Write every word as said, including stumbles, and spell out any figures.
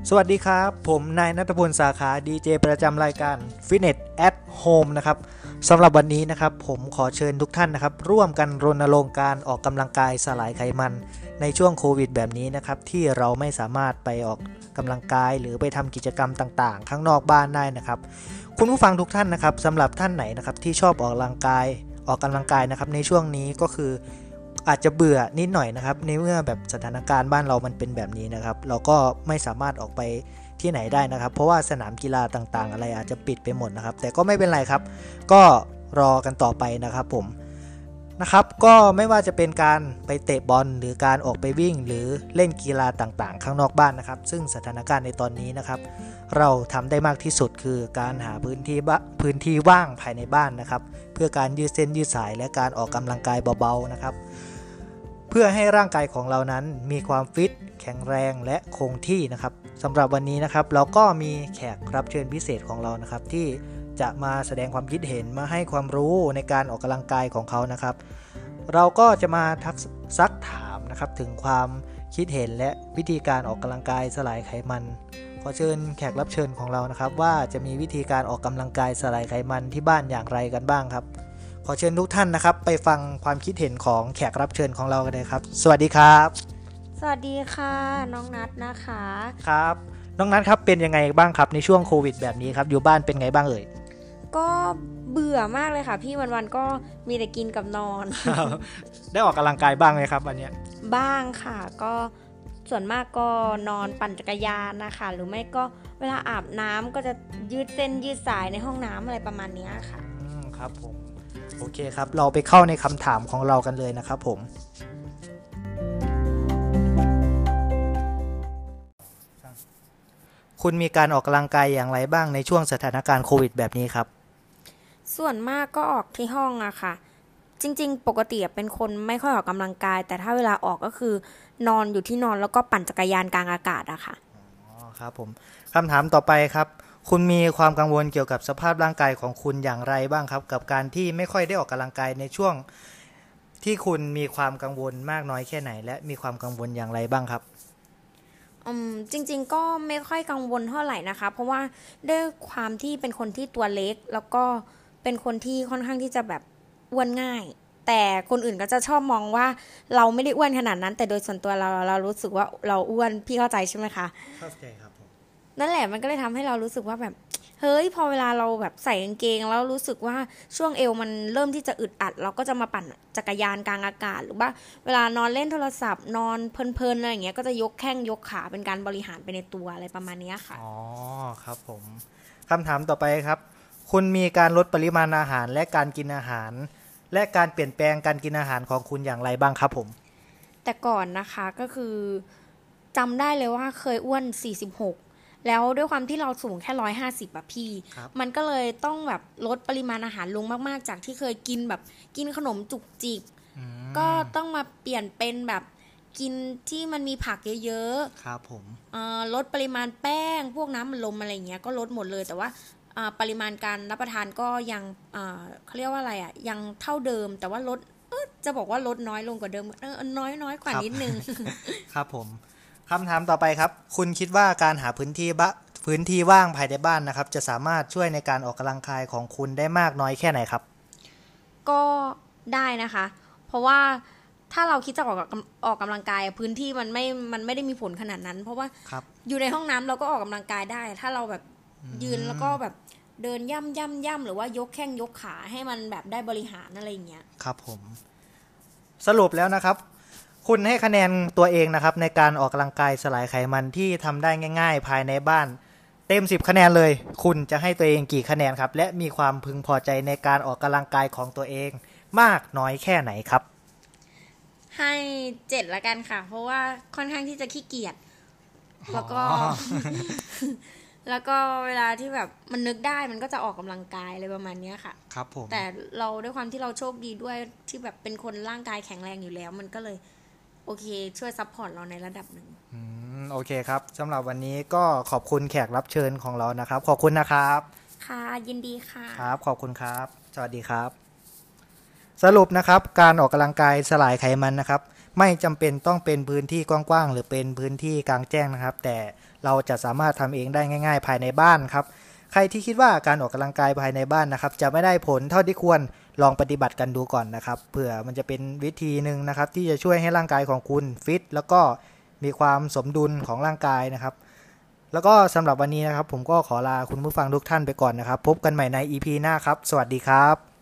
สวัสดีครับผมนายณัฐพลสาขาดีเจประจำรายการ Fitness at Home นะครับสำหรับวันนี้นะครับผมขอเชิญทุกท่านนะครับร่วมกันรณรงค์การออกกำลังกายสลายไขมันในช่วงโควิดแบบนี้นะครับที่เราไม่สามารถไปออกกำลังกายหรือไปทำกิจกรรมต่างๆข้างนอกบ้านได้นะครับคุณผู้ฟังทุกท่านนะครับสำหรับท่านไหนนะครับที่ชอบออกกำลังกายออกกำลังกายนะครับในช่วงนี้ก็คืออาจจะเบื่อนิดหน่อยนะครับในเมื่อแบบสถานการณ์บ้านเรามันเป็นแบบนี้นะครับเราก็ไม่สามารถออกไปที่ไหนได้นะครับเพราะว่าสนามกีฬาต่างๆอะไรอาจจะปิดไปหมดนะครับแต่ก็ไม่เป็นไรครับก็รอกันต่อไปนะครับผมนะครับก็ไม่ว่าจะเป็นการไปเตะบอลหรือการออกไปวิ่งหรือเล่นกีฬาต่างๆข้างนอกบ้านนะครับซึ่งสถานการณ์ในตอนนี้นะครับเราทำได้มากที่สุดคือการหาพื้นที่พื้นที่ว่างภายในบ้านนะครับเพื่อการยืดเส้นยืดสายและการออกกำลังกายเบาๆนะครับเพื่อให้ร่างกายของเรานั้นมีความฟิตแข็งแรงและคงที่นะครับสำหรับวันนี้นะครับเราก็มีแขกรับเชิญพิเศษของเรานะครับที่จะมาแสดงความคิดเห็นมาให้ความรู้ในการออกกำลังกายของเขานะครับเราก็จะมาทักซักถามนะครับถึงความคิดเห็นและวิธีการออกกำลังกายสลายไขมันขอเชิญแขกรับเชิญของเรานะครับว่าจะมีวิธีการออกกำลังกายสลายไขมันที่บ้านอย่างไรกันบ้างครับขอเชิญทุกท่านนะครับไปฟังความคิดเห็นของแขกรับเชิญของเรากันเลยครับสวัสดีครับสวัสดีค่ะน้องนัทนะคะครับน้องนัทครับเป็นยังไงบ้างครับในช่วงโควิดแบบนี้ครับอยู่บ้านเป็นไงบ้างเอ่ยก็เบื่อมากเลยค่ะพี่วันๆก็มีแต่กินกับนอนได้ออกกำลังกายบ้างไหมครับวันนี้บ้างค่ะก็ส่วนมากก็นอนปั่นจักรยานนะคะหรือไม่ก็เวลาอาบน้ำก็จะยืดเส้นยืดสายในห้องน้ำอะไรประมาณนี้ค่ะอืมครับผมโอเคครับเราไปเข้าในคำถามของเรากันเลยนะครับผมคุณมีการออกกำลังกายอย่างไรบ้างในช่วงสถานการณ์โควิดแบบนี้ครับส่วนมากก็ออกที่ห้องอะค่ะจริงๆปกติเป็นคนไม่ค่อยออกกำลังกายแต่ถ้าเวลาออกก็คือนอนอยู่ที่นอนแล้วก็ปั่นจักรยานกลางอากาศอะค่ะอ๋อครับผมคำถามต่อไปครับคุณมีความกังวลเกี่ยวกับสภาพร่างกายของคุณอย่างไรบ้างครับกับการที่ไม่ค่อยได้ออกกำลังกายในช่วงที่คุณมีความกังวลมากน้อยแค่ไหนและมีความกังวลอย่างไรบ้างครับอืมจริงๆก็ไม่ค่อยกังวลเท่าไหร่นะคะเพราะว่าด้วยความที่เป็นคนที่ตัวเล็กแล้วก็เป็นคนที่ค่อนข้างที่จะแบบอ้วนง่ายแต่คนอื่นก็จะชอบมองว่าเราไม่ได้อ้วนขนาดนั้นแต่โดยส่วนตัวเราเรารู้สึกว่าเราอ้วนพี่เข้าใจใช่ไหมคะเข้าใจครับผมนั่นแหละมันก็เลยทำให้เรารู้สึกว่าแบบเฮ้ยพอเวลาเราแบบใส่กางเกงแล้วรู้สึกว่าช่วงเอวมันเริ่มที่จะอึดอัดเราก็จะมาปั่นจักรยานกลางอากาศหรือว่าเวลานอนเล่นโทรศัพท์นอนเพลินๆอะไรอย่างเงี้ยก็จะยกแข้งยกขาเป็นการบริหารไปในตัวอะไรประมาณนี้ค่ะอ๋อครับผมคำถามต่อไปครับคุณมีการลดปริมาณอาหารและการกินอาหารและการเปลี่ยนแปลงการกินอาหารของคุณอย่างไรบ้างครับผมแต่ก่อนนะคะก็คือจำได้เลยว่าเคยอ้วนสี่สิบหกแล้วด้วยความที่เราสูงแค่หนึ่งร้อยห้าสิบอะพี่มันก็เลยต้องแบบลดปริมาณอาหารลงมากๆจากที่เคยกินแบบกินขนมจุกจิกก็ต้องมาเปลี่ยนเป็นแบบกินที่มันมีผักเยอะๆครับผมลดปริมาณแป้งพวกน้ำมันลมอะไรเงี้ยก็ลดหมดเลยแต่ว่าปริมาณการรับประทานก็ยังเขาเรียกว่าอะไรอะยังเท่าเดิมแต่ว่าลดจะบอกว่าลดน้อยลงกว่าเดิมเออน้อยน้อยกว่านิดนึงครับผมคำถามต่อไปครับคุณคิดว่าการหาพื้นที่บะพื้นที่ว่างภายในบ้านนะครับจะสามารถช่วยในการออกกำลังกายของคุณได้มากน้อยแค่ไหนครับก็ได้นะคะเพราะว่าถ้าเราคิดจะออกออกกำลังกายพื้นที่มันไม่มันไม่ได้มีผลขนาดนั้นเพราะว่าอยู่ในห้องน้ำเราก็ออกกำลังกายได้ถ้าเราแบบยืนแล้วก็แบบเดินย่ำย่ำย่ำหรือว่ายกแข้งยกขาให้มันแบบได้บริหารอะไรอย่างเงี้ยครับผมสรุปแล้วนะครับคุณให้คะแนนตัวเองนะครับในการออกกำลังกายสลายไขมันที่ทำได้ง่ายๆภายในบ้านเต็มสิบคะแนนเลยคุณจะให้ตัวเองกี่คะแนนครับและมีความพึงพอใจในการออกกำลังกายของตัวเองมากน้อยแค่ไหนครับให้เจ็ดละกันค่ะเพราะว่าค่อนข้างที่จะขี้เกียจแล้วก็ แล้วก็เวลาที่แบบมันนึกได้มันก็จะออกกำลังกายอะไรประมาณนี้ค่ะครับผมแต่เราด้วยความที่เราโชคดีด้วยที่แบบเป็นคนร่างกายแข็งแรงอยู่แล้วมันก็เลยโอเคช่วยซัพพอร์ตเราในระดับหนึ่งอืมโอเคครับสำหรับวันนี้ก็ขอบคุณแขกรับเชิญของเรานะครับขอบคุณนะครับค่ะยินดีค่ะครับขอบคุณครับสวัสดีครับสรุปนะครับการออกกำลังกายสลายไขมันนะครับไม่จำเป็นต้องเป็นพื้นที่กว้างๆหรือเป็นพื้นที่กลางแจ้งนะครับแต่เราจะสามารถทำเองได้ง่ายๆภายในบ้านครับใครที่คิดว่าการออกกำลังกายภายในบ้านนะครับจะไม่ได้ผลเท่าที่ควรลองปฏิบัติกันดูก่อนนะครับเผื่อมันจะเป็นวิธีหนึ่งนะครับที่จะช่วยให้ร่างกายของคุณฟิตแล้วก็มีความสมดุลของร่างกายนะครับแล้วก็สำหรับวันนี้นะครับผมก็ขอลาคุณผู้ฟังทุกท่านไปก่อนนะครับพบกันใหม่ใน อี พี หน้าครับสวัสดีครับ